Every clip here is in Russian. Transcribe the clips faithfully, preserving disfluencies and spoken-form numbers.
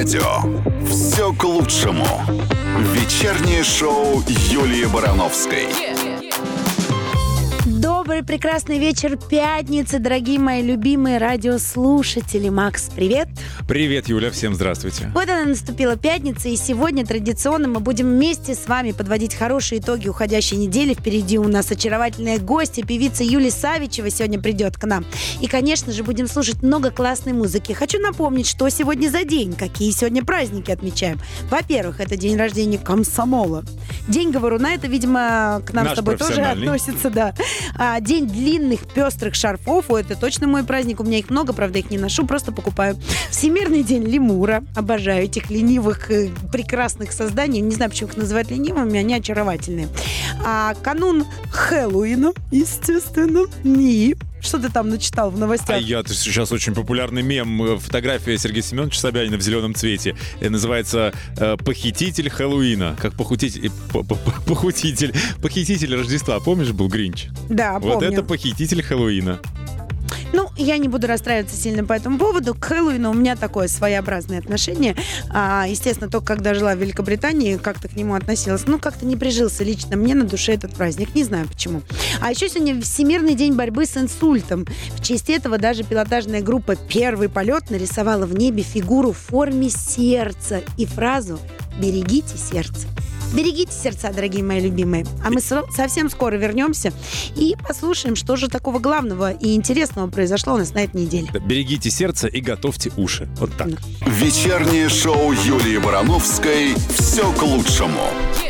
радио. Все к лучшему. Вечернее шоу Юлии Барановской. Добрый, прекрасный вечер пятницы, дорогие мои любимые радиослушатели. Макс, привет. Привет, Юля, всем здравствуйте. Вот она наступила пятница, и сегодня традиционно мы будем вместе с вами подводить хорошие итоги уходящей недели. Впереди у нас очаровательная гостья, певица Юлия Савичева сегодня придет к нам. И, конечно же, будем слушать много классной музыки. Хочу напомнить, что сегодня за день, какие сегодня праздники отмечаем. Во-первых, это день рождения комсомола. День говоруна, это, видимо, к нам Наш с тобой тоже относится, да. А, день длинных пестрых шарфов, о, это точно мой праздник, у меня их много, правда, их не ношу, просто покупаю. Всемирный день лемура, обожаю этих ленивых, э, прекрасных созданий, не знаю, почему их называют ленивыми, они очаровательные. А канун Хэллоуина, естественно, и... Что ты там начитал в новостях? А я сейчас очень популярный мем. Фотография Сергея Семеновича Собянина в зеленом цвете. И называется э, «Похититель Хэллоуина». Как похититель, похититель, похититель Рождества. Помнишь, был Гринч? Да, помню. Вот это похититель Хэллоуина. Ну, я не буду расстраиваться сильно по этому поводу. К Хэллоуину у меня такое своеобразное отношение. А, естественно, только когда жила в Великобритании, как-то к нему относилась. Ну, как-то не прижился лично мне на душе этот праздник. Не знаю почему. А еще сегодня Всемирный день борьбы с инсультом. В честь этого даже пилотажная группа «Первый полет» нарисовала в небе фигуру в форме сердца и фразу «Берегите сердце». Берегите сердца, дорогие мои любимые. А мы совсем скоро вернемся и послушаем, что же такого главного и интересного произошло у нас на этой неделе. Берегите сердце и готовьте уши. Вот так. Вечернее шоу Юлии Барановской «Все к лучшему».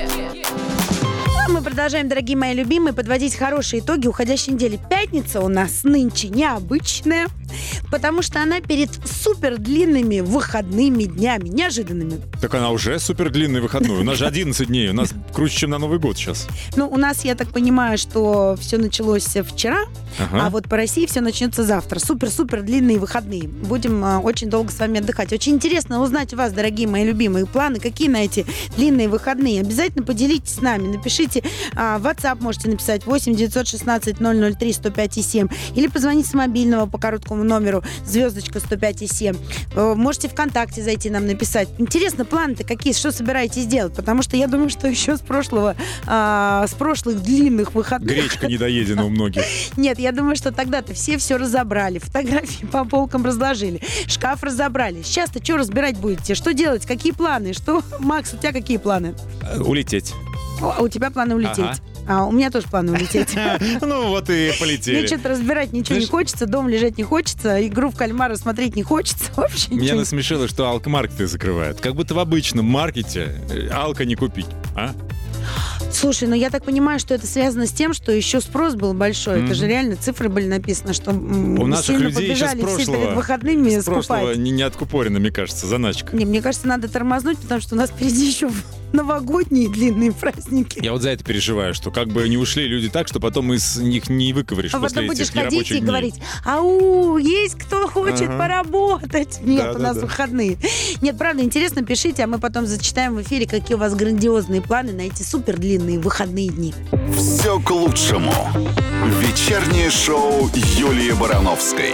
Мы продолжаем, дорогие мои любимые, подводить хорошие итоги уходящей недели. Пятница у нас нынче необычная, потому что она перед супер длинными выходными днями, неожиданными. Так она уже супер длинный выходной. У нас же одиннадцать дней. У нас круче, чем на Новый год сейчас. Ну, у нас, я так понимаю, что все началось вчера, ага. А вот по России все начнется завтра. Супер-супер длинные выходные. Будем а, очень долго с вами отдыхать. Очень интересно узнать у вас, дорогие мои любимые, планы, какие на эти длинные выходные. Обязательно поделитесь с нами. Напишите а, в WhatsApp, можете написать восемь девятьсот шестнадцать ноль ноль три сто пять и семь или позвонить с мобильного по короткому номеру звездочка сто пять и семь. Можете ВКонтакте зайти нам написать. Интересно, планы-то какие? Что собираетесь делать? Потому что я думаю, что еще с прошлого, а, с прошлых длинных выходных... Гречка недоедена у многих. Нет, я думаю, что тогда-то все все разобрали. Фотографии по полкам разложили. Шкаф разобрали. Сейчас-то что разбирать будете? Что делать? Какие планы? Что? Макс, у тебя какие планы? Улететь. О, у тебя планы улететь. Ага. А, у меня тоже планы улететь. Ну вот и полетели. Мне что-то разбирать ничего не хочется, дома лежать не хочется, игру в кальмара смотреть не хочется. Вообще ничего. Меня насмешило, что алкомаркеты закрывают. Как будто в обычном маркете алко не купить, а? Слушай, ну я так понимаю, что это связано с тем, что еще спрос был большой. Mm-hmm. Это же реально цифры были написаны, что у наших людей еще с прошлого, все перед выходными с прошлого скупать. не, не откупорено, мне кажется, заначка. Не, мне кажется, надо тормознуть, потому что у нас впереди еще новогодние длинные праздники. Я вот за это переживаю, что как бы не ушли люди так, что потом из них не выковыришь а после потом этих будешь ходить и дней. Говорить, ау, есть кто хочет ага. поработать. Нет, да, у нас да, выходные. Да. Нет, правда, интересно, пишите, а мы потом зачитаем в эфире, какие у вас грандиозные планы на эти супер длинные выходные дни. Все к лучшему. Вечернее шоу Юлии Барановской.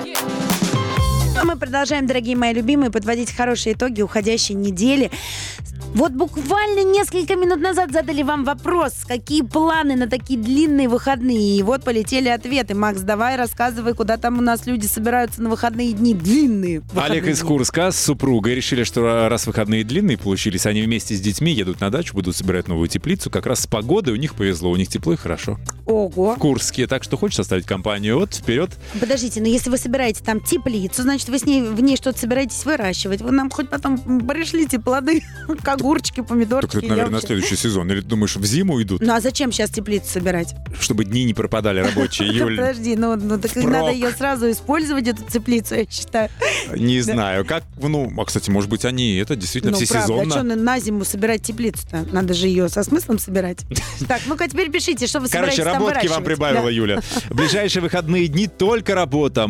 А мы продолжаем, дорогие мои любимые, подводить хорошие итоги уходящей недели. Вот буквально несколько минут назад задали вам вопрос, какие планы на такие длинные выходные. И вот полетели ответы. Макс, давай рассказывай, куда там у нас люди собираются на выходные дни. Длинные выходные Олег из Курска с супругой решили, что раз выходные длинные получились, они вместе с детьми едут на дачу, будут собирать новую теплицу. Как раз с погодой у них повезло, у них тепло и хорошо. Ого. В Курске. Так что хочешь составить компанию? Вот, вперед. Подождите, но если вы собираете там теплицу, значит, вы с ней, в ней что-то собираетесь выращивать. Вы нам хоть потом пришлите плоды, огурчики, помидорчики. Так это, наверное, на следующий сезон. Или ты думаешь, в зиму идут? Ну а зачем сейчас теплицу собирать? Чтобы дни не пропадали рабочие, Юль. Подожди, ну, ну так надо ее сразу использовать, эту теплицу, я считаю. Не знаю. Как, ну, а, кстати, может быть, они, это действительно всесезонно. Ну, правда, а что на зиму собирать теплицу-то? Надо же ее со смыслом собирать. Так, ну-ка теперь пишите, что вы собираетесь там выращивать. Короче, работки вам прибавила Юля. В ближайшие выходные дни только работа.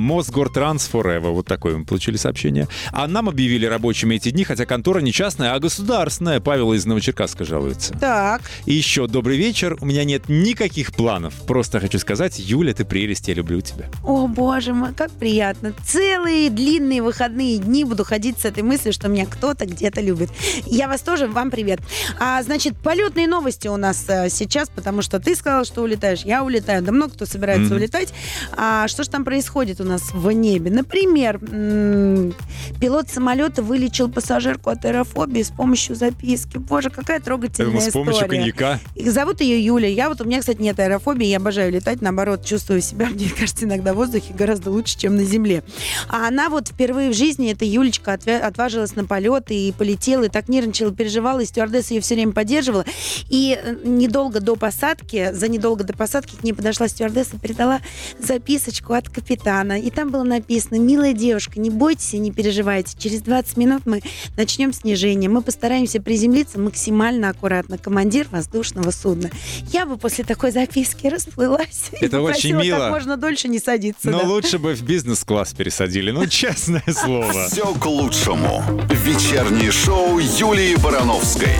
Мосгортранс Forever. Вот такое мы получили сообщение. А нам объявили рабочими эти дни, хотя контора не частная, а государственная. классная. Павел из Новочеркасска жалуется. Так. И еще добрый вечер. У меня нет никаких планов. Просто хочу сказать, Юля, ты прелесть, я люблю тебя. О, боже мой, как приятно. Целые длинные выходные дни буду ходить с этой мыслью, что меня кто-то где-то любит. Я вас тоже, вам привет. А, значит, полетные новости у нас а, сейчас, потому что ты сказал, что улетаешь, я улетаю. Да много кто собирается mm-hmm. улетать. А что же там происходит у нас в небе? Например, м- пилот самолета вылечил пассажирку от аэрофобии с помощью записки. Боже, какая трогательная думаю, с история. С помощью коньяка. И зовут ее Юля. Я вот, у меня, кстати, нет аэрофобии, я обожаю летать, наоборот, чувствую себя, мне кажется, иногда в воздухе гораздо лучше, чем на земле. А она вот впервые в жизни, эта Юлечка, отвя- отважилась на полет и полетела, и так нервничала, переживала, и стюардесса ее все время поддерживала. И недолго до посадки, за недолго до посадки к ней подошла стюардесса, передала записочку от капитана. И там было написано: «Милая девушка, не бойтесь и не переживайте. Через двадцать минут мы начнем снижение. Мы постараемся приземлиться максимально аккуратно. Командир воздушного судна». Я бы после такой записки расплылась. Это очень мило. Как можно дольше не садиться. Но да. лучше бы в бизнес-класс пересадили. Ну, честное слово. Все к лучшему. Вечернее шоу Юлии Барановской.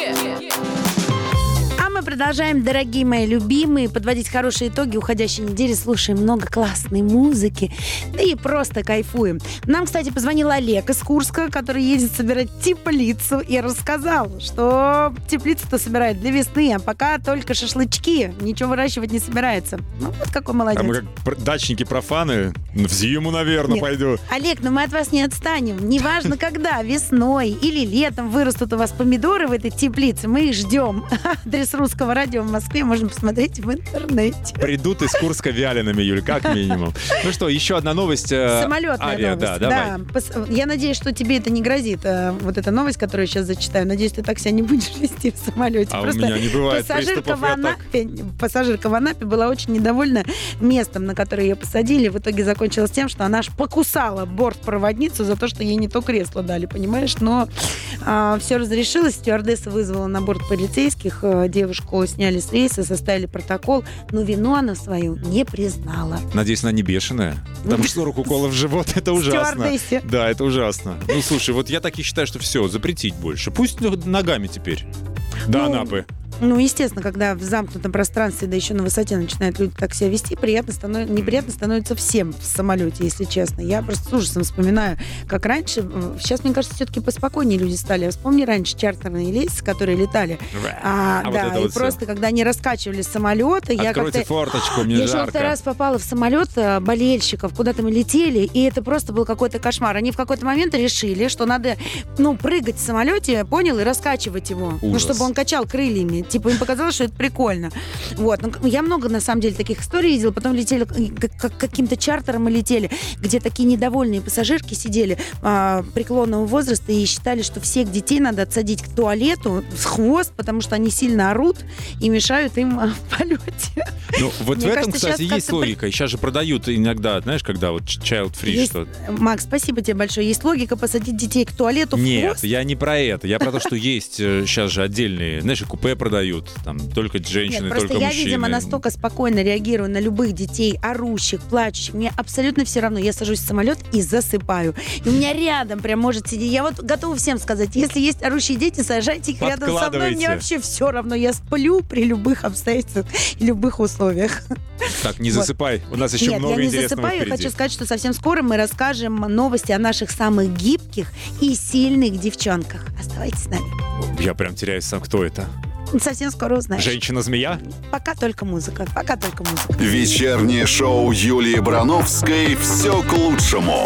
Продолжаем, дорогие мои любимые, подводить хорошие итоги уходящей недели. Слушаем много классной музыки. Да и просто кайфуем. Нам, кстати, позвонил Олег из Курска, который ездит собирать теплицу, и рассказал, что теплицу-то собирает для весны, а пока только шашлычки. Ничего выращивать не собирается. Ну, вот какой молодец. А мы как дачники-профаны, в зиму, наверное, Нет. пойду. Олег, но мы от вас не отстанем. Неважно, когда, весной или летом вырастут у вас помидоры в этой теплице, мы их ждем. Адрес Русского радио в Москве можно посмотреть в интернете. Придут из Курска вялеными, Юль, как минимум. Ну что, еще одна новость. Самолетная авиа, новость. Да, давай. Да. Я надеюсь, что тебе это не грозит. Вот эта новость, которую я сейчас зачитаю. Надеюсь, ты так себя не будешь вести в самолете. А Просто у меня не бывает пассажирка приступов в, Анапе, пассажирка в Анапе была очень недовольна местом, на которое ее посадили. В итоге закончилось тем, что она аж покусала бортпроводницу за то, что ей не то кресло дали, понимаешь? Но а, все разрешилось. Стюардесса вызвала на борт полицейских. Девушку сняли с рейса, составили протокол, но вину она свою не признала. Надеюсь, она не бешеная. Потому что сорок уколов в живот — это ужасно. Стюардессе. Да, это ужасно. Ну, слушай, вот я так и считаю, что все, запретить больше. Пусть ногами теперь. До Ну, Анапы. Ну, естественно, когда в замкнутом пространстве, да еще на высоте начинают люди так себя вести, приятно станов... неприятно становится всем в самолете, если честно. Я просто с ужасом вспоминаю, как раньше, сейчас, мне кажется, все-таки поспокойнее люди стали. Вспомни раньше чартерные рейсы, которые летали. А, А вот да, это и вот просто, всё. когда они раскачивали самолеты, я Откройте как-то... форточку, мне Я еще жарко. второй раз попала в самолет а, болельщиков, куда-то мы летели, и это просто был какой-то кошмар. Они в какой-то момент решили, что надо, ну, прыгать в самолете, понял, и раскачивать его. Ну, Ужас. чтобы он качал крыльями. Типа, им показалось, что это прикольно. Вот. Ну, я много, на самом деле, таких историй видела. Потом летели, как, как каким-то чартером мы летели, где такие недовольные пассажирки сидели а, преклонного возраста и считали, что всех детей надо отсадить к туалету с хвост, потому что они сильно орут и мешают им а, в полете. Ну, вот Мне в этом, кажется, кстати, сейчас есть как-то логика. Сейчас же продают иногда, знаешь, когда вот child-free Есть, что-то. Макс, спасибо тебе большое. Есть логика посадить детей к туалету в Нет, хвост? я не про это. Я про то, что есть сейчас же отдельные, знаешь, и купе продают, там, только женщины, Нет, просто только я, мужчины. видимо, настолько спокойно реагирую на любых детей, орущих, плачущих. Мне абсолютно все равно. Я сажусь в самолет и засыпаю. И у меня рядом прям может сидеть. Я вот готова всем сказать, если есть орущие дети, сажайте их рядом со мной. Мне вообще все равно. Я сплю при любых обстоятельствах и любых условиях. Так, не Вот. засыпай. У нас еще Нет, много я не интересного засыпаю. впереди. Хочу сказать, что совсем скоро мы расскажем новости о наших самых гибких и сильных девчонках. Оставайтесь с нами. Я прям теряюсь сам, кто это? Совсем скоро узнаешь. Женщина-змея? Пока только музыка. Пока только музыка. Вечернее шоу Юлии Барановской «Все к лучшему».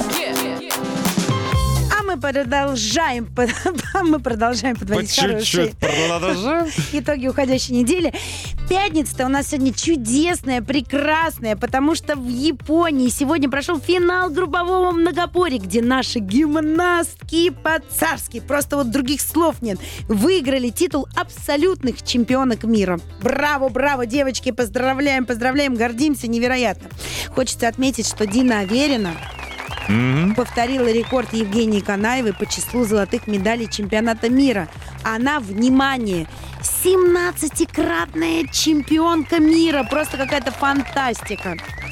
А мы продолжаем, мы продолжаем подводить По хорошие чуть-чуть продолжаем. итоги уходящей недели. Пятница-то у нас сегодня чудесная, прекрасная, потому что в Японии сегодня прошел финал группового многоборья, где наши гимнастки по-царски, просто вот других слов нет, выиграли титул абсолютных чемпионок мира. Браво, браво, девочки, поздравляем, поздравляем, гордимся невероятно. Хочется отметить, что Дина Аверина Мгм. повторила рекорд Евгении Канаевой по числу золотых медалей чемпионата мира. Она, внимание, семнадцатикратная чемпионка мира. Просто какая-то фантастика.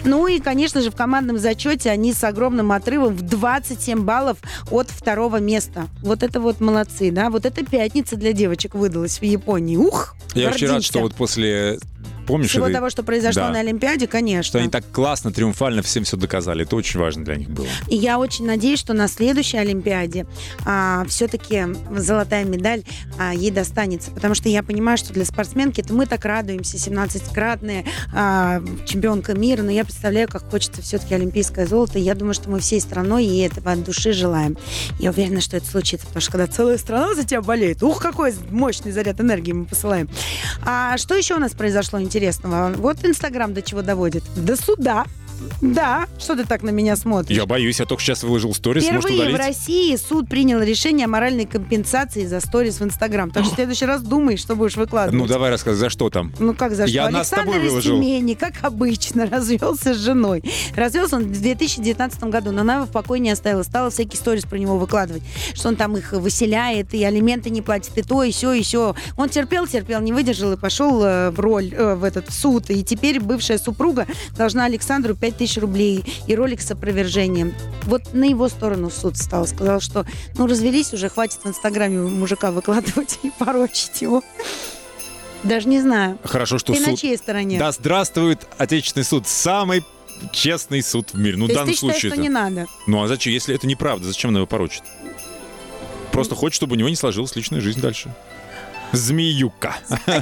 Ну и, конечно же, в командном зачете они с огромным отрывом в двадцать семь баллов от второго места. Вот это вот молодцы, да? Вот эта пятница для девочек выдалась в Японии. Ух, Я гордимся. очень рад, что вот после... Помнишь, Всего это- того, что произошло Да. на Олимпиаде, конечно. что они так классно, триумфально всем все доказали. Это очень важно для них было. И я очень надеюсь, что на следующей Олимпиаде а, все-таки золотая медаль а, ей достанется. Потому что я понимаю, что для спортсменки это мы так радуемся, семнадцатикратная а, чемпионка мира, но я представляю, как хочется все-таки олимпийское золото. И я думаю, что мы всей страной ей этого от души желаем. Я уверена, что это случится, потому что когда целая страна за тебя болеет, ух, какой мощный заряд энергии мы посылаем. А что еще у нас произошло интересного? Вот Инстаграм до чего доводит? До суда. Да, что ты так на меня смотришь? Я боюсь, я только сейчас выложил сторис, может Впервые в удалить. России суд принял решение о моральной компенсации за сторис в Инстаграм. Так что в следующий раз думай, что будешь выкладывать. Ну, давай рассказывай, за что там? Ну как за что? Я нас с Александр тобой выложил. Истемени, как обычно, развелся с женой. Развелся он в две тысячи девятнадцатом году, но она его в покое не оставила. Стала всякие сторис про него выкладывать, что он там их выселяет, и алименты не платит, и то, и сё, и сё. Он терпел, терпел, не выдержал и пошел э, в роль, э, в этот в суд. И теперь бывшая супруга должна Александру пять тысяч рублей и ролик с опровержением. Вот на его сторону суд стал. Сказал, что ну развелись уже, хватит в Инстаграме мужика выкладывать и порочить его. Даже не знаю. Хорошо, что Ты на суд... чьей стороне? Да здравствует Отечественный суд. Самый честный суд в мире. Ну, в То есть данном ты считаешь, случае. что не надо? Ну, а зачем? Если это неправда, зачем она его порочит? Просто хочет, чтобы у него не сложилась личная жизнь дальше. Змеюка.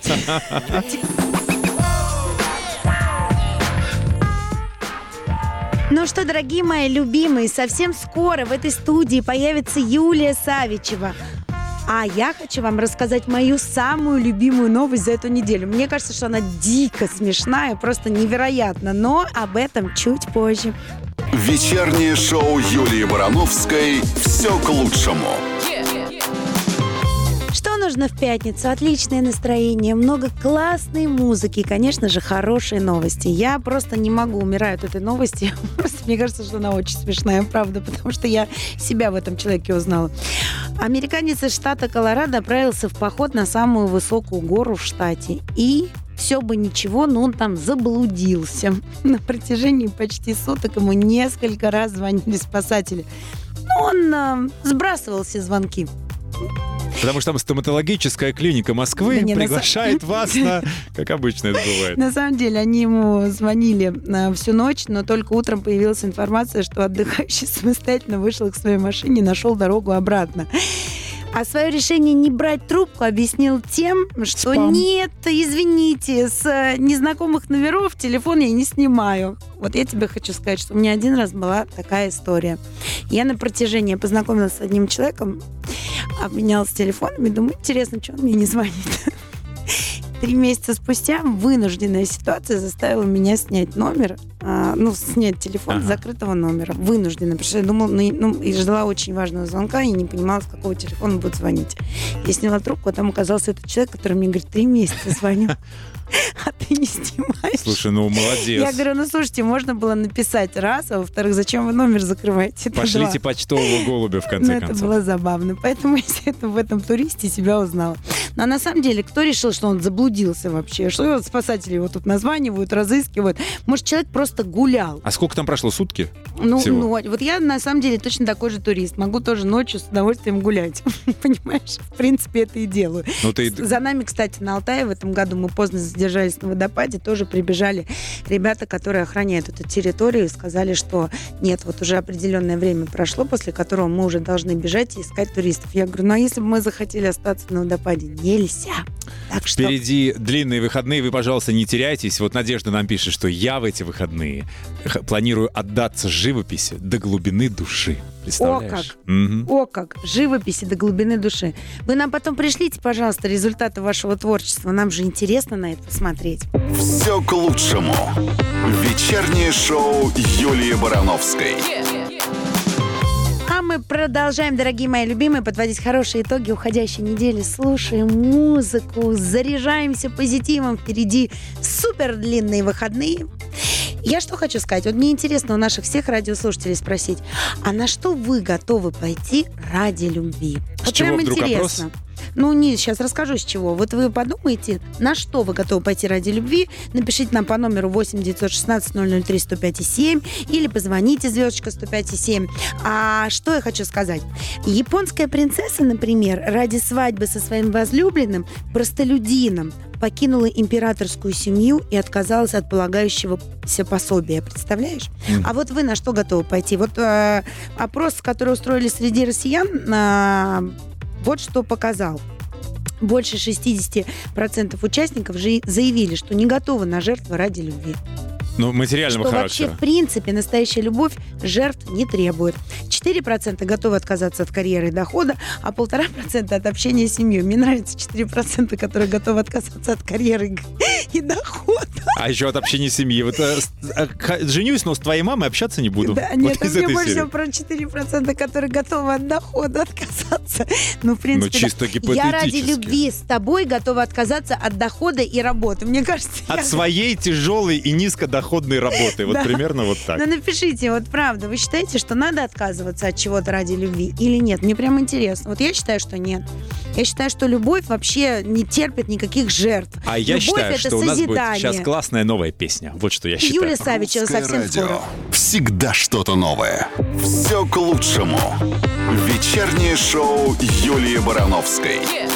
Ну что, дорогие мои любимые, совсем скоро в этой студии появится Юлия Савичева. А я хочу вам рассказать мою самую любимую новость за эту неделю. Мне кажется, что она дико смешная, просто невероятно. Но об этом чуть позже. Вечернее шоу Юлии Барановской «Все к лучшему». Что нужно в пятницу? Отличное настроение, много классной музыки и, конечно же, хорошие новости. Я просто не могу, умираю от этой новости. Просто мне кажется, что она очень смешная, правда, потому что я себя в этом человеке узнала. Американец из штата Колорадо отправился в поход на самую высокую гору в штате. И все бы ничего, но он там заблудился. На протяжении почти суток ему несколько раз звонили спасатели. Но он э, сбрасывал все звонки. Потому что там стоматологическая клиника Москвы Да не, на приглашает вас на... Как обычно это бывает. На самом деле, они ему звонили э, всю ночь, но только утром появилась информация, что отдыхающий самостоятельно вышел к своей машине и нашел дорогу обратно. А свое решение не брать трубку объяснил тем, что Спам. нет, извините, с э, незнакомых номеров телефон я не снимаю. Вот я тебе хочу сказать, что у меня один раз была такая история. Я на протяжении познакомилась с одним человеком, обменялась телефонами, думаю, интересно, что он мне не звонит. Три месяца спустя вынужденная ситуация заставила меня снять номер, а, ну, снять телефон Ага. с закрытого номера. Вынужденно, потому что я думала, ну, и- ну, и ждала очень важного звонка, и не понимала, с какого телефона будет звонить. Я сняла трубку, а там оказался этот человек, который мне говорит, три месяца звоню, а ты не снимаешь. Слушай, ну молодец. Я говорю, ну, слушайте, можно было написать раз, а во-вторых, зачем вы номер закрываете? Это Пошлите два. почтового голубя, в Ну, конце это концов. было забавно. Поэтому я это в этом туристе себя узнала. Но на самом деле, кто решил, что он заблудился вообще? Что спасатели его тут названивают, разыскивают? Может, человек просто гулял? А сколько там прошло? Сутки? Ну, Всего? ну, вот я на самом деле точно такой же турист. Могу тоже ночью с удовольствием гулять. Понимаешь? В принципе, это и делаю. Ну, ты... За нами, кстати, на Алтае в этом году мы поздно задержались на водопаде. Тоже прибежали ребята, которые охраняют эту территорию, и сказали, что нет, вот уже определенное время прошло, после которого мы уже должны бежать и искать туристов. Я говорю, ну а если бы мы захотели остаться на водопаде? Нельзя. Так что... Впереди длинные выходные, вы, пожалуйста, не теряйтесь. Вот Надежда нам пишет, что я в эти выходные х- планирую отдаться живописи до глубины души. Представляешь? как! Мгм. О, как! Живописи до глубины души. Вы нам потом пришлите, пожалуйста, результаты вашего творчества. Нам же интересно на это посмотреть. Все к лучшему. Вечернее шоу Юлии Барановской. А мы продолжаем, дорогие мои любимые, подводить хорошие итоги уходящей недели. Слушаем музыку, заряжаемся позитивом. Впереди супер длинные выходные. Я что хочу сказать? Вот мне интересно у наших всех радиослушателей спросить, а на что вы готовы пойти ради любви? С Вот чего прям вдруг интересно. Ну, не, сейчас расскажу с чего. Вот вы подумайте, на что вы готовы пойти ради любви. Напишите нам по номеру восемь девятьсот шестнадцать ноль ноль три сто пять и семь или позвоните звездочка сто пять и семь. А что я хочу сказать? Японская принцесса, например, ради свадьбы со своим возлюбленным, простолюдином, покинула императорскую семью и отказалась от полагающегося пособия. Представляешь? Mm. А вот вы на что готовы пойти? Вот э, опрос, который устроили среди россиян, э, вот что показал. Больше шестьдесят процентов участников же заявили, что не готовы на жертвы ради любви. Ну, материального что характера. Вообще, в принципе, настоящая любовь жертв не требует. четыре процента готовы отказаться от карьеры и дохода, а полтора процента от общения с семьей. Мне нравится четыре процента, которые готовы отказаться от карьеры и дохода. А еще от общения с семьей. Вот, э, э, женюсь, но с твоей мамой общаться не буду. Да, вот нет, а из мне этой больше серии. всего про четыре процента, которые готовы от дохода отказаться. Ну, в принципе, ну, чисто да. Я ради гипотетически. любви с тобой готова отказаться от дохода и работы. Мне кажется, От я... своей тяжелой и низкодоходной работы. Вот Да. примерно вот так. Ну, напишите, вот правда, вы считаете, что надо отказываться от чего-то ради любви или нет? Мне прям интересно. Вот я считаю, что нет. Я считаю, что любовь вообще не терпит никаких жертв. А я любовь считаю, это что у нас будет созидание. сейчас классная новая песня. Вот что я считаю. Юлия Савичева Русское совсем радио. скоро. Всегда что-то новое. Все к лучшему. Вечернее шоу Юлии Барановской.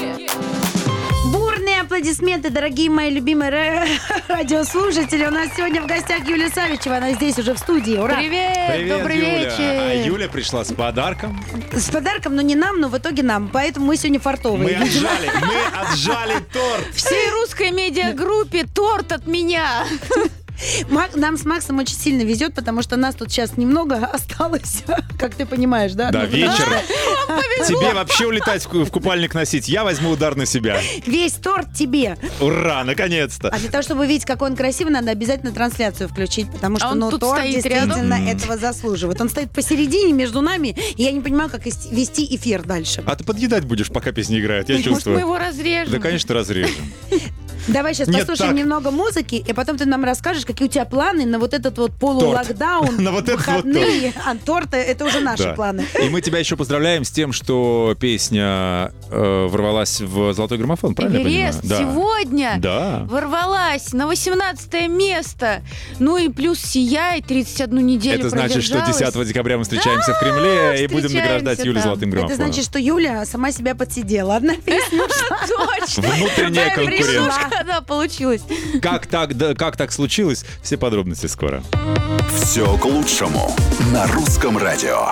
Бурные аплодисменты, дорогие мои любимые ра- радиослушатели. У нас сегодня в гостях Юлия Савичева. Она здесь уже в студии. Ура! Привет, Привет, добрый Юля. вечер. А Юля пришла с подарком. С подарком, но не нам, но в итоге нам. Поэтому мы сегодня Мы фартовые. отжали, мы отжали торт. Всей русской медиагруппе торт от меня. Мак- Нам с Максом очень сильно везет, потому что нас тут сейчас немного осталось, как ты понимаешь, да? Да, Ну, вечер. Тебе вообще улетать в ку- в купальник носить. Я возьму удар на себя. Весь торт тебе. Ура, наконец-то. А для того, чтобы видеть, какой он красивый, надо обязательно трансляцию включить, потому что он ну, тут торт стоит действительно рядом? этого заслуживает. Он стоит посередине между нами, и я не понимаю, как ис- вести эфир дальше. А ты подъедать будешь, пока песня играет, я Может, мы чувствую. его разрежем? Да, конечно, разрежем. Давай сейчас Нет, послушаем так. немного музыки, и потом ты нам расскажешь, какие у тебя планы на вот этот вот полулокдаун, На вот этот вот выходные. А торты — это уже наши Да. планы. И мы тебя еще поздравляем с тем, что песня э, ворвалась в золотой граммофон, правильно Эверест я понимаю? сегодня Да. ворвалась на восемнадцатое место. Ну и плюс «Сияй» тридцать одну неделю Это значит, что продержалась. десятого декабря мы встречаемся в Кремле и будем встречаемся награждать Юлю там. золотым Это граммофоном. значит, что Юля сама себя подсидела. Одна песня. Точно. Внутренняя Какая конкуренция. врежушка, да, получилась. Как так, да, как так случилось? Все подробности скоро. Все к лучшему на русском радио.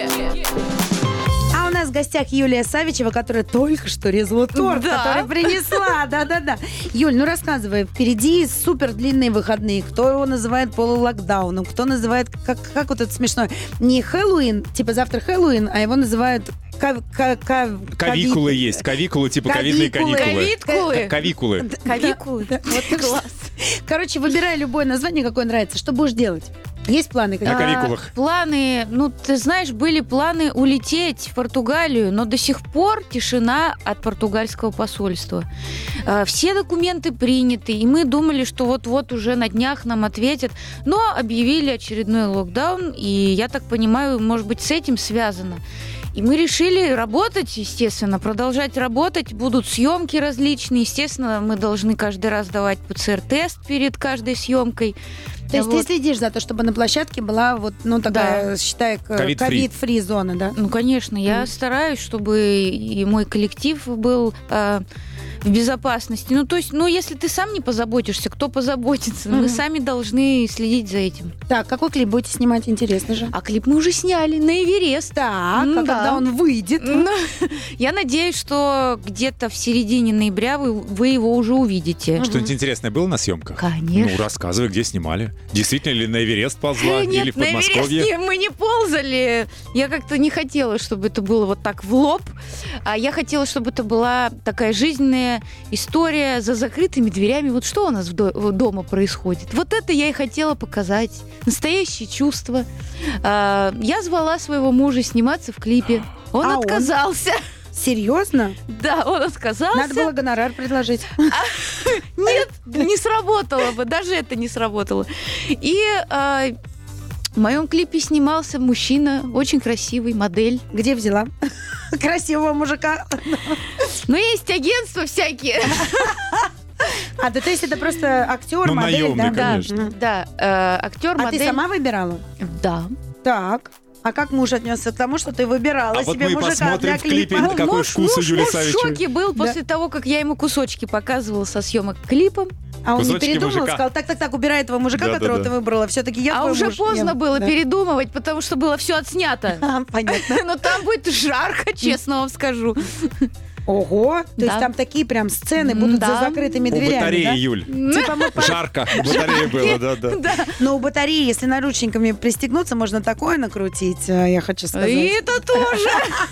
А у нас в гостях Юлия Савичева, которая только что резала торт, Да. который принесла. Да-да-да. Юль, ну рассказывай, впереди супер длинные выходные. Кто его называет полулокдауном, кто называет, как, как вот это смешно, не Хэллоуин, типа завтра Хэллоуин, а его называют кав- ка- ка- Кавикулы ковид. есть. Кавикулы типа ковидные Кавикулы. каникулы. Ковидкулы. Кавикулы. Кавикулы. Вот класс. Короче, выбирай любое название, какое нравится. Что будешь делать? Есть планы? На какие-то? кавикулах. А, планы, ну, ты знаешь, были планы улететь в Португалию, но до сих пор тишина от португальского посольства. А, все документы приняты, и мы думали, что вот-вот уже на днях нам ответят, но объявили очередной локдаун, и я так понимаю, может быть, с этим связано. И мы решили работать, естественно, продолжать работать. Будут съемки различные. Естественно, мы должны каждый раз давать ПЦР-тест перед каждой съемкой. То есть Вот. ты следишь за то, чтобы на площадке была вот, ну, такая, считай, к- Ковид-фри. ковид-фри зона, да? Ну, конечно, я Мгм. стараюсь, чтобы и мой коллектив был э, в безопасности. Ну, то есть, ну, если ты сам не позаботишься, кто позаботится? Мгм. Мы сами должны следить за этим. Так, какой клип будете снимать? Интересно же. А клип мы уже сняли на Эверест. Так, М, а да. когда он выйдет? Ну, я надеюсь, что где-то в середине ноября вы, вы его уже увидите. Что-нибудь интересное было на съемках? Конечно. Ну, рассказывай, где снимали. Действительно ли на Эверест ползла? Э, Нет, Или в на Эверест Подмосковье? не- мы не ползали. Я как-то не хотела, чтобы это было вот так в лоб. А я хотела, чтобы это была такая жизненная история за закрытыми дверями. Вот что у нас в до- в дома происходит. Вот это я и хотела показать. Настоящие чувства. А, Я звала своего мужа сниматься в клипе. Он А он? отказался. Серьезно? Да, он отказался. Надо было гонорар предложить. Нет, не сработало бы, даже это не сработало. И а, в моем клипе снимался мужчина, очень красивый, модель. Где взяла? красивого мужика. Но есть агентства всякие. А, да, то есть это просто актер, Ну, модель, наемный, да? конечно. Да, э, актер, А модель. ты сама выбирала? Да. Так. А как муж отнесся к тому, что ты выбирала А вот себе мы и мужика посмотрим для в клипе, клипа? какой муж, вкус у муж, Юлии муж в Савичевой. шоке был Да. после того, как я ему кусочки показывала со съемок клипа. А он не Кусочки передумал, мужика. сказал, так-так-так, убирай этого мужика, Да, да, которого да. ты выбрала. Все-таки я А твой уже муж. поздно Я- было да. передумывать, потому что было все отснято. А, понятно. Но там будет жарко, честно вам скажу. Ого, то есть Да. там такие прям сцены будут Да. за закрытыми У дверями, батареи, да? Юль. Типа мы по- Жарко. У батареи было, да-да. Да. Но у батареи, если наручниками пристегнуться, можно такое накрутить, э, я хочу сказать. И это тоже.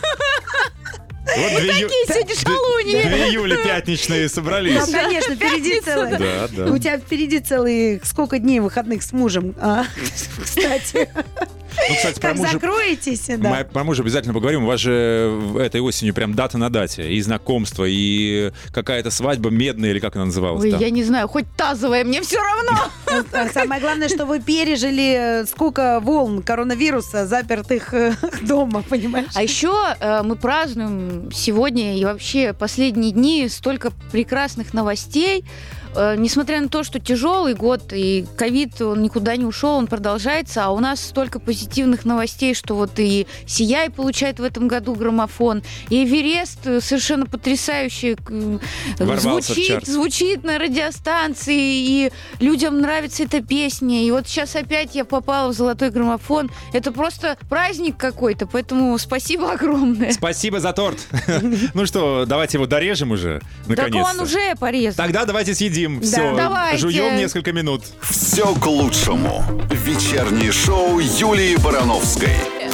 Вот две ю- Такие сегодня шалуньи. Две Юли пятничные Ну, собрались. конечно, впереди Пятница, целый... Да, да. У тебя впереди целые сколько дней выходных с мужем, а, кстати. Ну, кстати, про Как мужа, закроетесь, мы да. про мужа обязательно поговорим. У вас же в- этой осенью прям дата на дате. И знакомство, и какая-то свадьба медная, или как она называлась Ой, там. я не знаю, хоть тазовая, мне все равно. А Самое главное, что вы пережили э, сколько волн коронавируса, запертых э, дома, понимаешь? А еще э, мы празднуем сегодня и вообще последние дни столько прекрасных новостей. Э, несмотря на то, что тяжелый год и ковид, он никуда не ушел, он продолжается, а у нас столько позитивных новостей, что вот и «Сияй» получает в этом году граммофон, и «Эверест» совершенно потрясающе э, Ворвался в звучит, чарт. звучит на радиостанции, и людям нравится эта песня. И вот сейчас опять я попала в золотой граммофон. Это просто праздник какой-то, поэтому спасибо огромное. Спасибо за торт. Ну что, давайте его дорежем уже, Так наконец-то. он уже порезан. Тогда давайте съедим. Все, Давайте. жуем несколько минут. Все к лучшему. Вечернее шоу Юлии Барановской.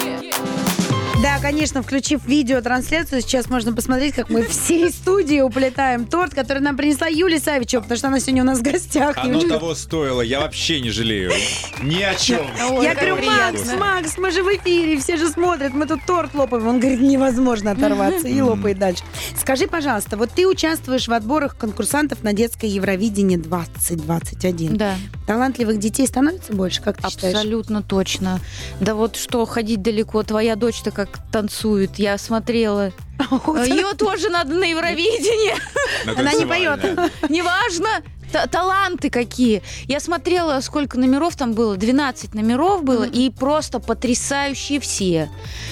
Да, конечно, включив видеотрансляцию, сейчас можно посмотреть, как мы всей студии уплетаем торт, который нам принесла Юлия Савичева, потому что она сегодня у нас в гостях. Оно Юля. того стоило, я вообще не жалею. Ни о чем. Ой, Я как говорю, приятно. Макс, Макс, мы же в эфире, все же смотрят, мы тут торт лопаем. Он говорит, невозможно оторваться, и лопает дальше. Скажи, пожалуйста, вот ты участвуешь в отборах конкурсантов на детское Евровидение двадцать двадцать один. Да, Талантливых детей становится больше, как ты считаешь? абсолютно точно. Да вот что ходить далеко, твоя дочь-то как танцует, я смотрела. Ее тоже надо на Евровидение. Она не поет. Неважно, та- таланты какие. Я смотрела, сколько номеров там было, двенадцать номеров было, и просто потрясающие все.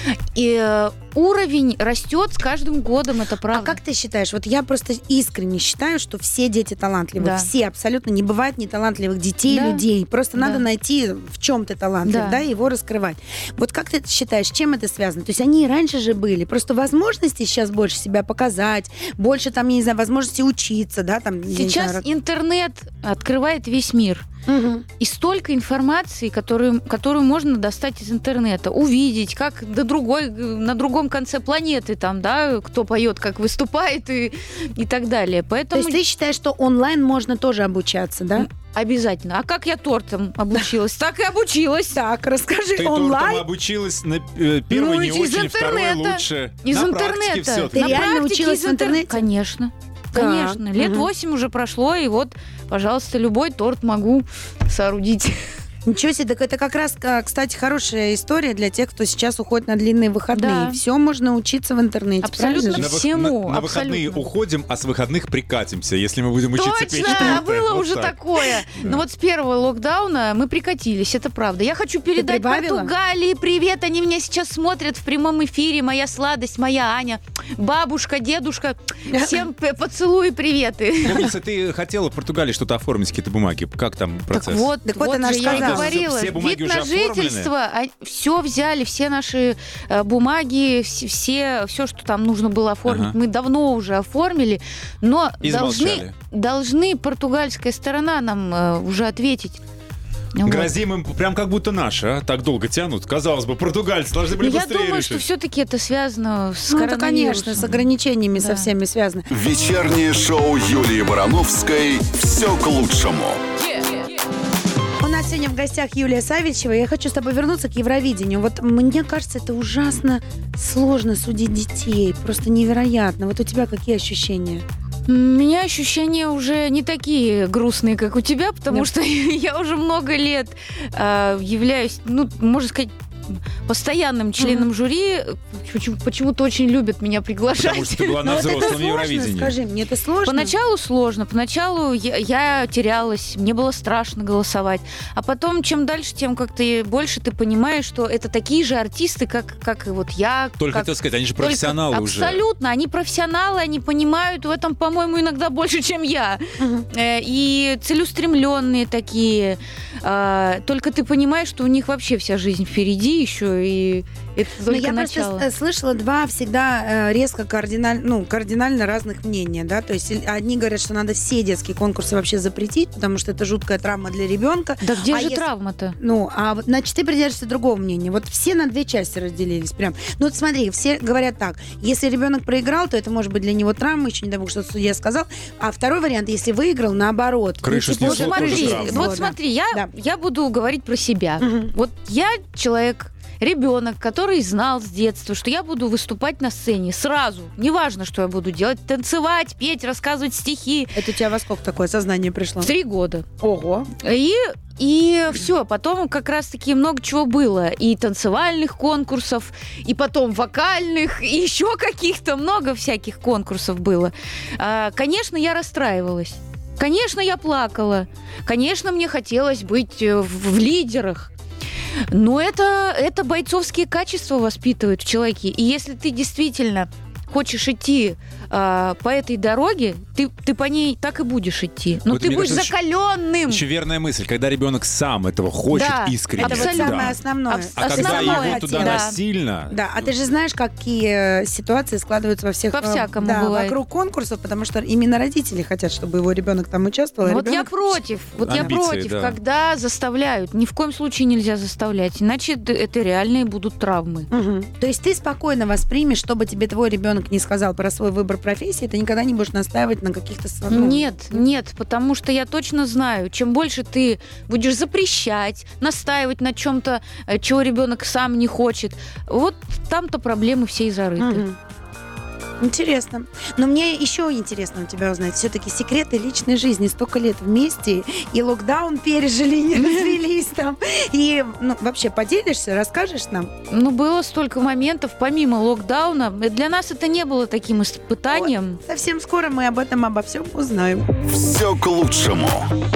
И э, уровень растет с каждым годом, это А правда. как ты считаешь? Вот я просто искренне считаю, что все дети талантливы. Да. Все абсолютно. Не бывает неталантливых детей, Да. людей. Просто Да. надо найти, в чем ты талантлив, да. Да. и его раскрывать. Вот как ты считаешь, с чем это связано? То есть они и раньше же были. Просто возможности сейчас больше себя показать, больше там, я не знаю, возможности учиться, да, там. я не Сейчас знаю, интернет открывает весь мир. Мгм. И столько информации, которую, которую можно достать из интернета, увидеть, как до другой, на другом конце планеты там, да, кто поет, как выступает и, и так далее. То Поэтому есть ты считаешь, что онлайн можно тоже обучаться, да? обязательно. А как я тортом обучилась? Так и обучилась. Так, расскажи, Ты тортом онлайн? обучилась на э, первый Ну, не из очень, второй интернета. лучше. Из На интернета. практике Ты всё-таки. На реально практике училась из в интернете? Конечно. Так, Конечно. Лет мгм. восемь уже прошло, и вот, пожалуйста, любой торт могу соорудить. Ничего себе, так это как раз, а, кстати, хорошая история для тех, кто сейчас уходит на длинные выходные. Да. Все можно учиться в интернете, Абсолютно правильно На, же? вы- всему, на- на выходные абсолютно. уходим, а с выходных прикатимся, если мы будем учиться печь Точно, торты. было Вот уже так. такое. Но вот с первого локдауна мы прикатились, это правда. Я хочу передать прибавила? Португалии привет. Они меня сейчас смотрят в прямом эфире. Моя сладость, моя Аня, бабушка, дедушка. Всем п- поцелуи, приветы. Помнится, ты хотела в Португалии что-то оформить, какие-то бумаги. Как там процесс? Так вот, Так вот вот она же ж я и сказала. говорила. Все бумаги Вид уже на жительство, все взяли, все наши э, бумаги, вс- все, все, что там нужно было оформить, Ага. мы давно уже оформили, но И должны, замолчали. должны португальская сторона нам э, уже ответить. Вот. Грозим им прям как будто наши, а? Так долго тянут. Казалось бы, португальцы должны были Но я быстрее думаю, решить. что все-таки это связано с Ну, это, коронавирусом. конечно, с ограничениями Да. со всеми связано. Вечернее шоу Юлии Барановской «Все к лучшему». У нас сегодня в гостях Юлия Савичева. Я хочу с тобой вернуться к Евровидению. Вот мне кажется, это ужасно сложно судить детей. Просто невероятно. Вот у тебя какие ощущения? У меня ощущения уже не такие грустные, как у тебя, потому Да. что я уже много лет э, являюсь, ну, можно сказать, постоянным членом mm-hmm. жюри. Почему-то очень любят меня приглашать. Потому что ты была на взрослом Евровидении. Скажи, мне это сложно? Поначалу сложно. Поначалу я, я терялась, мне было страшно голосовать. А потом, чем дальше, тем как-то больше ты понимаешь, что это такие же артисты, как, как и вот я. Только как... хотел сказать, они же профессионалы Только... уже. Абсолютно. Они профессионалы, они понимают в этом, по-моему, иногда больше, чем я. Uh-huh. И целеустремленные такие. Только ты понимаешь, что у них вообще вся жизнь впереди еще, и это только я начало. просто слышала два всегда резко кардинально, ну, кардинально разных мнения, да, то есть одни говорят, что надо все детские конкурсы вообще запретить, потому что это жуткая травма для ребенка. Да где а же если... травма-то? Ну, а вот, значит, ты придерживаешься другого мнения. Вот все на две части разделились прям. Ну, вот смотри, все говорят так, если ребенок проиграл, то это может быть для него травма, еще не дай бог, что судья сказал, а второй вариант, если выиграл, наоборот. Крышу ну, снесло, вот смотри, тоже вот да. смотри, я, да. я буду говорить про себя. Угу. Вот я человек, ребенок, который знал с детства, что я буду выступать на сцене сразу. Неважно, что я буду делать, танцевать, петь, рассказывать стихи. Это у тебя во сколько такое сознание пришло? Три года. Ого. И, и все, потом как раз-таки много чего было. И танцевальных конкурсов, и потом вокальных, и еще каких-то много всяких конкурсов было. А, конечно, я расстраивалась. Конечно, я плакала. Конечно, мне хотелось быть в, в лидерах. Но это, это бойцовские качества воспитывают в человеке. И если ты действительно хочешь идти э, по этой дороге, ты, ты по ней так и будешь идти. Но вот ты будешь кажется, закаленным. Еще верная мысль, когда ребенок сам этого хочет да, искренне. Это вот самое основное. Абс- А когда основное, его туда да. насильно... Да, а ты же знаешь, какие ситуации складываются во всех... По-всякому да, бывает. вокруг конкурсов, потому что именно родители хотят, чтобы его ребенок там участвовал. А Вот ребенок... я против. Вот Амбиции, я против, да. когда заставляют. Ни в коем случае нельзя заставлять. Иначе это реальные будут травмы. Угу. То есть ты спокойно воспримешь, что бы тебе твой ребенок не сказал про свой выбор профессии, ты никогда не будешь настаивать на каких-то... Ну, нет, нет, потому что я точно знаю, чем больше ты будешь запрещать, настаивать на чем-то, чего ребенок сам не хочет, вот там-то проблемы все и зарыты. Угу. Интересно. Но мне еще интересно у тебя узнать. Все-таки секреты личной жизни. Столько лет вместе. И локдаун пережили, не развелись там. И ну, вообще поделишься, расскажешь нам? Ну, было столько моментов, помимо локдауна. Для нас это не было таким испытанием. Вот. Совсем скоро мы об этом, обо всем узнаем. Все к лучшему.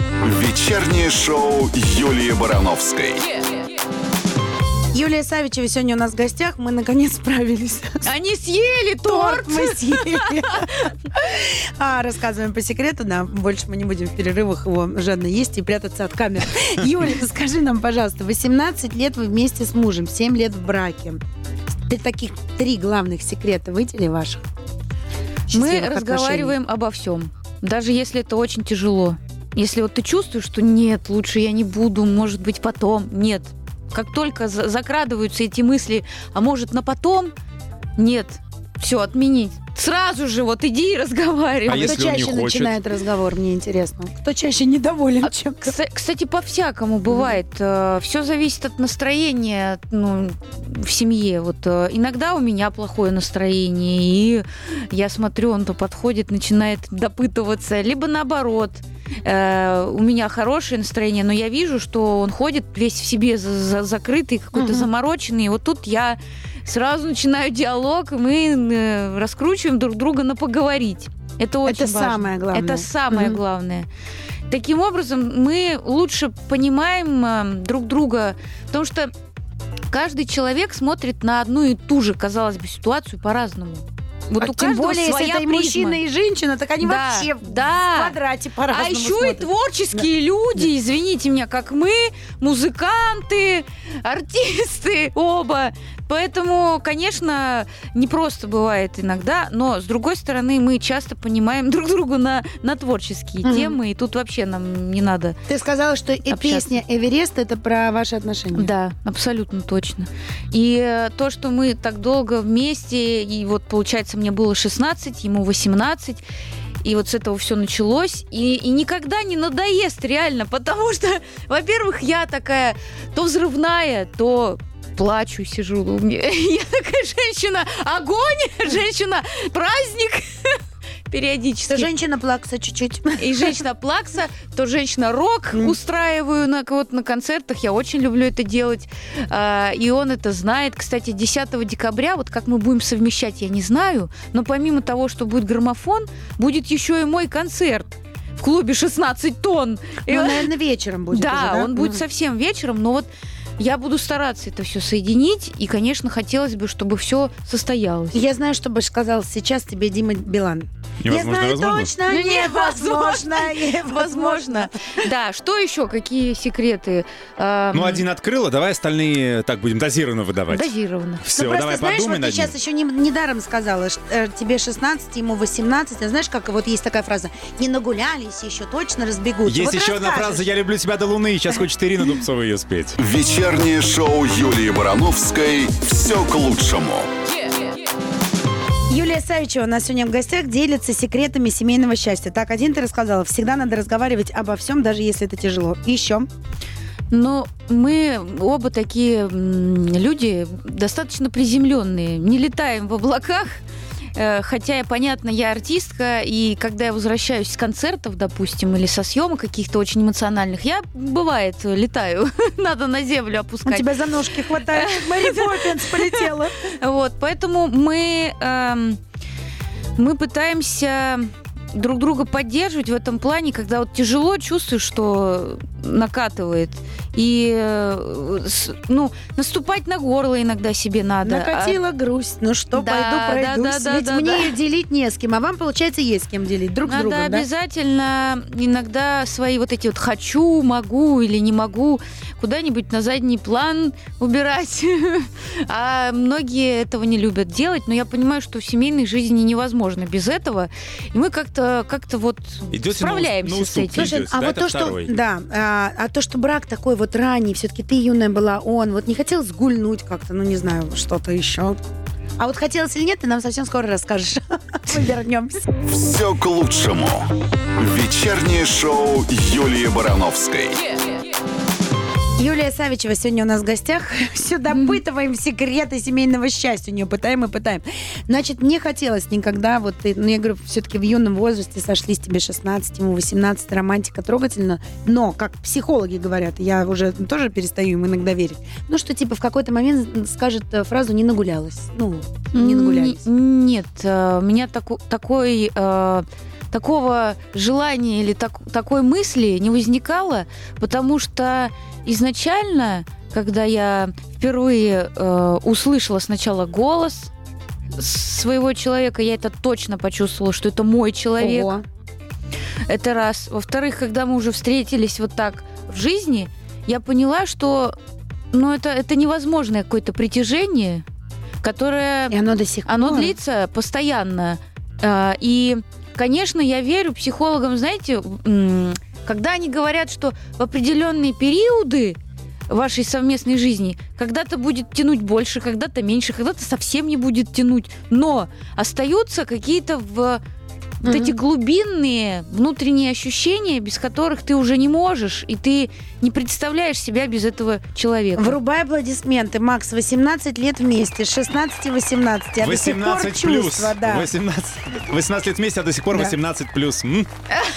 Вечернее шоу Юлии Барановской. Юлия Савичева сегодня у нас в гостях. Мы, наконец, справились. Они съели торт! Торт мы съели. А, рассказываем по секрету, да. Больше мы не будем в перерывах его жадно есть и прятаться от камер. Юля, скажи нам, пожалуйста, восемнадцать лет вы вместе с мужем, семь лет в браке. Ты таких три главных секрета выдели ваших? Мы разговариваем обо всем. Даже если это очень тяжело. Если вот ты чувствуешь, что нет, лучше я не буду, может быть, потом. Нет. Как только закрадываются эти мысли, а может на потом, нет, все, отменить. Сразу же вот иди и разговаривай. А Кто если он не чаще хочет? начинает разговор, мне интересно. Кто чаще недоволен А, чем-то? кста- Кстати, по-всякому бывает. Все зависит от настроения, ну, в семье. Вот э, иногда у меня плохое настроение, и я смотрю, он то подходит, начинает допытываться, либо наоборот. Э, у меня хорошее настроение, но я вижу, что он ходит весь в себе за- за- закрытый, какой-то Мгм. замороченный. И вот тут я сразу начинаю диалог, и мы э, раскручиваем друг друга на поговорить. Это очень Это важно. самое главное. Это самое Мгм. главное. Таким образом, мы лучше понимаем э, друг друга, потому что каждый человек смотрит на одну и ту же, казалось бы, ситуацию по-разному. Вот А у тем каждого более, если своя это и призма. мужчина, и женщина, так они Да, вообще да. в квадрате по-разному А еще смотрят. и творческие люди, извините меня, как мы, музыканты, артисты оба. Поэтому, конечно, не просто бывает иногда, но, с другой стороны, мы часто понимаем друг друга на, на творческие Мгм. темы, и тут вообще нам не надо. Ты сказала, что и общаться. песня «Эверест» — это про ваши отношения. Да, абсолютно точно. И э, то, что мы так долго вместе, и вот, получается, мне было шестнадцать, ему восемнадцать, и вот с этого все началось, и, и никогда не надоест реально, потому что, во-первых, я такая то взрывная, то плачу, сижу. Я такая женщина огонь, женщина праздник. периодически. То женщина плакса чуть-чуть. И женщина плакса, то женщина рок Mm. устраиваю на, вот, на концертах. Я очень люблю это делать. А, и он это знает. Кстати, десятого декабря, вот как мы будем совмещать, я не знаю. Но помимо того, что будет граммофон, будет еще и мой концерт в клубе шестнадцать тонн. И Ну, он- наверное, вечером будет да, уже, да? он будет Мгм. совсем вечером, но вот я буду стараться это все соединить. И, конечно, хотелось бы, чтобы все состоялось. Я знаю, что бы сказал сейчас тебе Дима Билан. Невозможно, Я знаю возможно? точно, Ну, невозможно, невозможно. Возможно. Да, что еще? Какие секреты? Эм, Ну, один открыла, давай остальные так будем дозированно выдавать. Дозированно. Все, Ну, просто, давай знаешь, подумай вот ты над ним. сейчас еще не, недаром сказала, что э, тебе шестнадцать, ему восемнадцать. А знаешь, как вот есть такая фраза: не нагулялись, еще точно разбегутся. Есть Вот еще одна расскажешь. фраза «Я люблю тебя до луны». Сейчас хочет Ирина Дубцова ее спеть. Вечернее шоу Юлии Барановской «Все к лучшему». Юлия Савичева у нас сегодня в гостях, делится секретами семейного счастья. Так, один ты рассказала, всегда надо разговаривать обо всем, даже если это тяжело. И еще. Но мы оба такие м, люди достаточно приземленные. Не летаем в облаках. Э, Хотя, понятно, я артистка, и когда я возвращаюсь с концертов, допустим, или со съемок каких-то очень эмоциональных, я, бывает, летаю. Надо на землю У опускать. тебя за ножки хватает. Мэри Поппинс полетела. Вот, поэтому мы, эм, мы пытаемся друг друга поддерживать в этом плане, когда вот тяжело чувствуешь, что накатывает. И э, с- ну, наступать на горло иногда себе надо. Накатила грусть. Ну что, Да, пойду да, пройдусь. да, да, Ведь да, мне да. ее делить не с кем. А вам, получается, есть с кем делить. Друг с Надо другом, да? обязательно иногда свои вот эти вот «хочу», «могу» или «не могу» куда-нибудь на задний план убирать. А многие этого не любят делать, но я понимаю, что в семейной жизни невозможно без этого. И мы как-то как-то вот Идете на справляемся ус- на с этим. уступки. Слушай, идете, а да, вот это то, что, второй. да, а, а то, что брак такой вот ранний, все-таки ты юная была, он, вот не хотел сгульнуть как-то, ну не знаю, что-то еще. А вот хотелось или нет, ты нам совсем скоро расскажешь. Мы вернемся. «Все к лучшему». Вечернее шоу Юлии Барановской. Юлия Савичева сегодня у нас в гостях. Все допытываем секреты семейного счастья. У нее пытаем и пытаем. Значит, мне хотелось никогда, вот, ты, ну, я говорю, все-таки в юном возрасте сошлись тебе шестнадцать, ему восемнадцать, романтика трогательно. Но, как психологи говорят, я уже тоже перестаю им иногда верить, ну, что, типа, в какой-то момент скажет э, фразу «не нагулялась». Ну, не нагулялись. Н- Нет, э, у меня таку- такой... э, такого желания или так- такой мысли не возникало, потому что изначально, когда я впервые э, услышала сначала голос своего человека, я это точно почувствовала, что это мой человек. Ого. Это раз. Во-вторых, когда мы уже встретились вот так в жизни, я поняла, что ну, это, это невозможное какое-то притяжение, которое... И оно до сих пор. Оно длится постоянно. А, И, конечно, я верю психологам, знаете, м, когда они говорят, что в определенные периоды вашей совместной жизни когда-то будет тянуть больше, когда-то меньше, когда-то совсем не будет тянуть, но остаются какие-то в вот Мгм. эти глубинные внутренние ощущения, без которых ты уже не можешь, и ты не представляешь себя без этого человека. Врубай аплодисменты. Макс, восемнадцать лет вместе, с шестнадцати восемнадцати. А до сих пор восемнадцать плюс. чувства, да. восемнадцать, восемнадцать лет вместе, а до сих пор Да. восемнадцать плюс. М?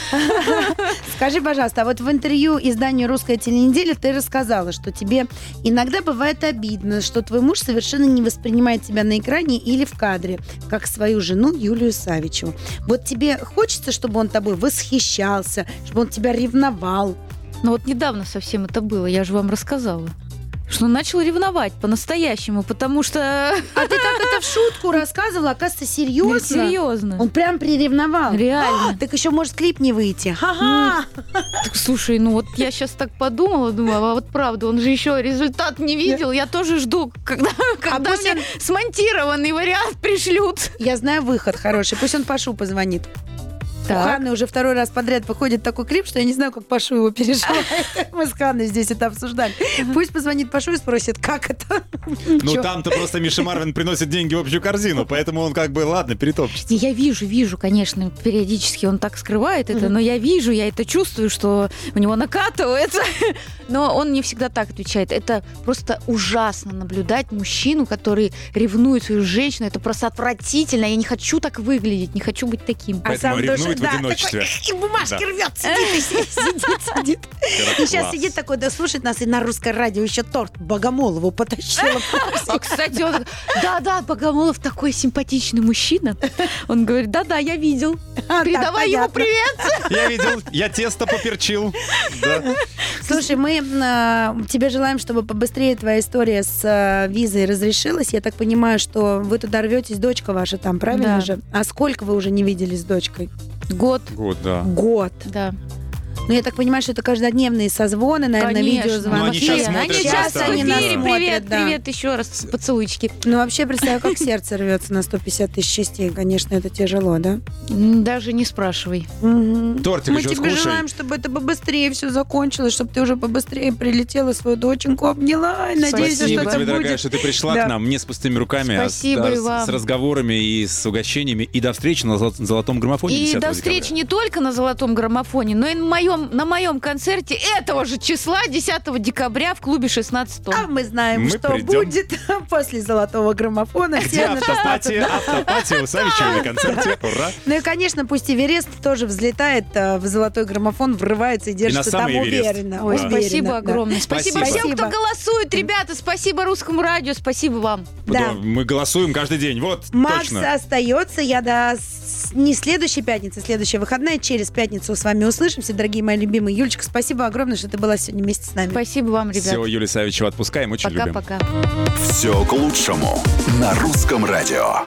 Скажи, пожалуйста, а вот в интервью изданию «Русская теленеделя» ты рассказала, что тебе иногда бывает обидно, что твой муж совершенно не воспринимает тебя на экране или в кадре, как свою жену Юлию Савичеву. Вот тебе хочется, чтобы он тобой восхищался, чтобы он тебя ревновал? Но вот недавно совсем это было, я же вам рассказала. Что он начал ревновать по-настоящему, потому что... А ты так это в шутку рассказывала, оказывается, серьезно? Серьезно. Он прям приревновал. Реально. А, так еще может клип не выйти. Ха-ха! Так, слушай, ну вот я сейчас так подумала, думаю, а вот правда, он же еще результат не видел. Я тоже жду, когда, когда пусть мне он- смонтированный вариант пришлют. Я знаю выход хороший. Пусть он Пашу позвонит. У Ханны уже второй раз подряд выходит такой клип, что я не знаю, как Пашу его переживает. Мы с Ханной здесь это обсуждали. Пусть позвонит Пашу и спросит, как это. Ну, там-то просто Миша Марвин приносит деньги в общую корзину, поэтому он как бы, ладно, перетопчется. Я вижу, вижу, конечно, периодически он так скрывает это, но я вижу, я это чувствую, что у него накатывается. Но он не всегда так отвечает. Это просто ужасно наблюдать мужчину, который ревнует свою женщину. Это просто отвратительно. Я не хочу так выглядеть, не хочу быть таким. Поэтому сам ревнует тоже- в одиночестве. такой, и бумажки Да. рвет, сидит, сидит, сидит. И сейчас Класс. сидит такой, да слушает нас, и на русское радио еще торт Богомолову потащила. А, кстати, он... Да-да, Богомолов такой симпатичный мужчина. Он говорит, да-да, я видел. А, Передавай так, ему понятно. привет. Я видел, я тесто поперчил. Да. Слушай, мы э, тебе желаем, чтобы побыстрее твоя история с э, визой разрешилась. Я так понимаю, что вы туда рветесь, дочка ваша там, правильно Да. же? А сколько вы уже не виделись с дочкой? Год, Год, да. Год. да. Ну, я так понимаю, что это каждодневные созвоны, наверное, Конечно. видеозвонки. Ну, они щас смотрят Они сейчас просто. в Они нас эфире. смотрят, Привет, да. привет еще раз. Поцелуйчики. Ну, вообще, представляю, как сердце рвется на сто пятьдесят тысяч частей. Конечно, это тяжело, да? М, Даже не спрашивай. Мгм. Тортик Мы еще тебе скушай. желаем, чтобы это побыстрее все закончилось, чтобы ты уже побыстрее прилетела, свою доченьку обняла. И надеюсь, что Спасибо это тебе, дорогая, будет. что ты пришла Да. к нам не с пустыми руками, Спасибо а и с, вам. с разговорами и с угощениями. И до встречи на золо- золотом граммофоне И десятого до встречи декабря. не только на Золотом граммофоне, но и на моем, на моем концерте этого же числа, десятого декабря в клубе шестнадцать тонн. А мы знаем, Мы что придем. будет после золотого граммофона. Где Все на автопати? Автопати у Савичева на концерте. Ура! Ну и, конечно, пусть Эверест тоже взлетает э, в золотой граммофон, врывается и держится самый там Эверест. уверенно. Ой, Да. уверенно, спасибо да. огромное. Спасибо, Спасибо. всем, кто Спасибо. голосует, ребята. Спасибо Русскому радио. Спасибо вам. Да. Мы голосуем каждый день. Вот, Макс точно. остается. Я до с- не следующей пятницы, следующая выходная. Через пятницу с вами услышимся, дорогие мои любимые. Юлечка, спасибо огромное, что ты была сегодня вместе с нами. Спасибо вам, ребят. Все, Юлию Савичеву отпускаем. Очень любим. Пока-пока. Все к лучшему на русском радио.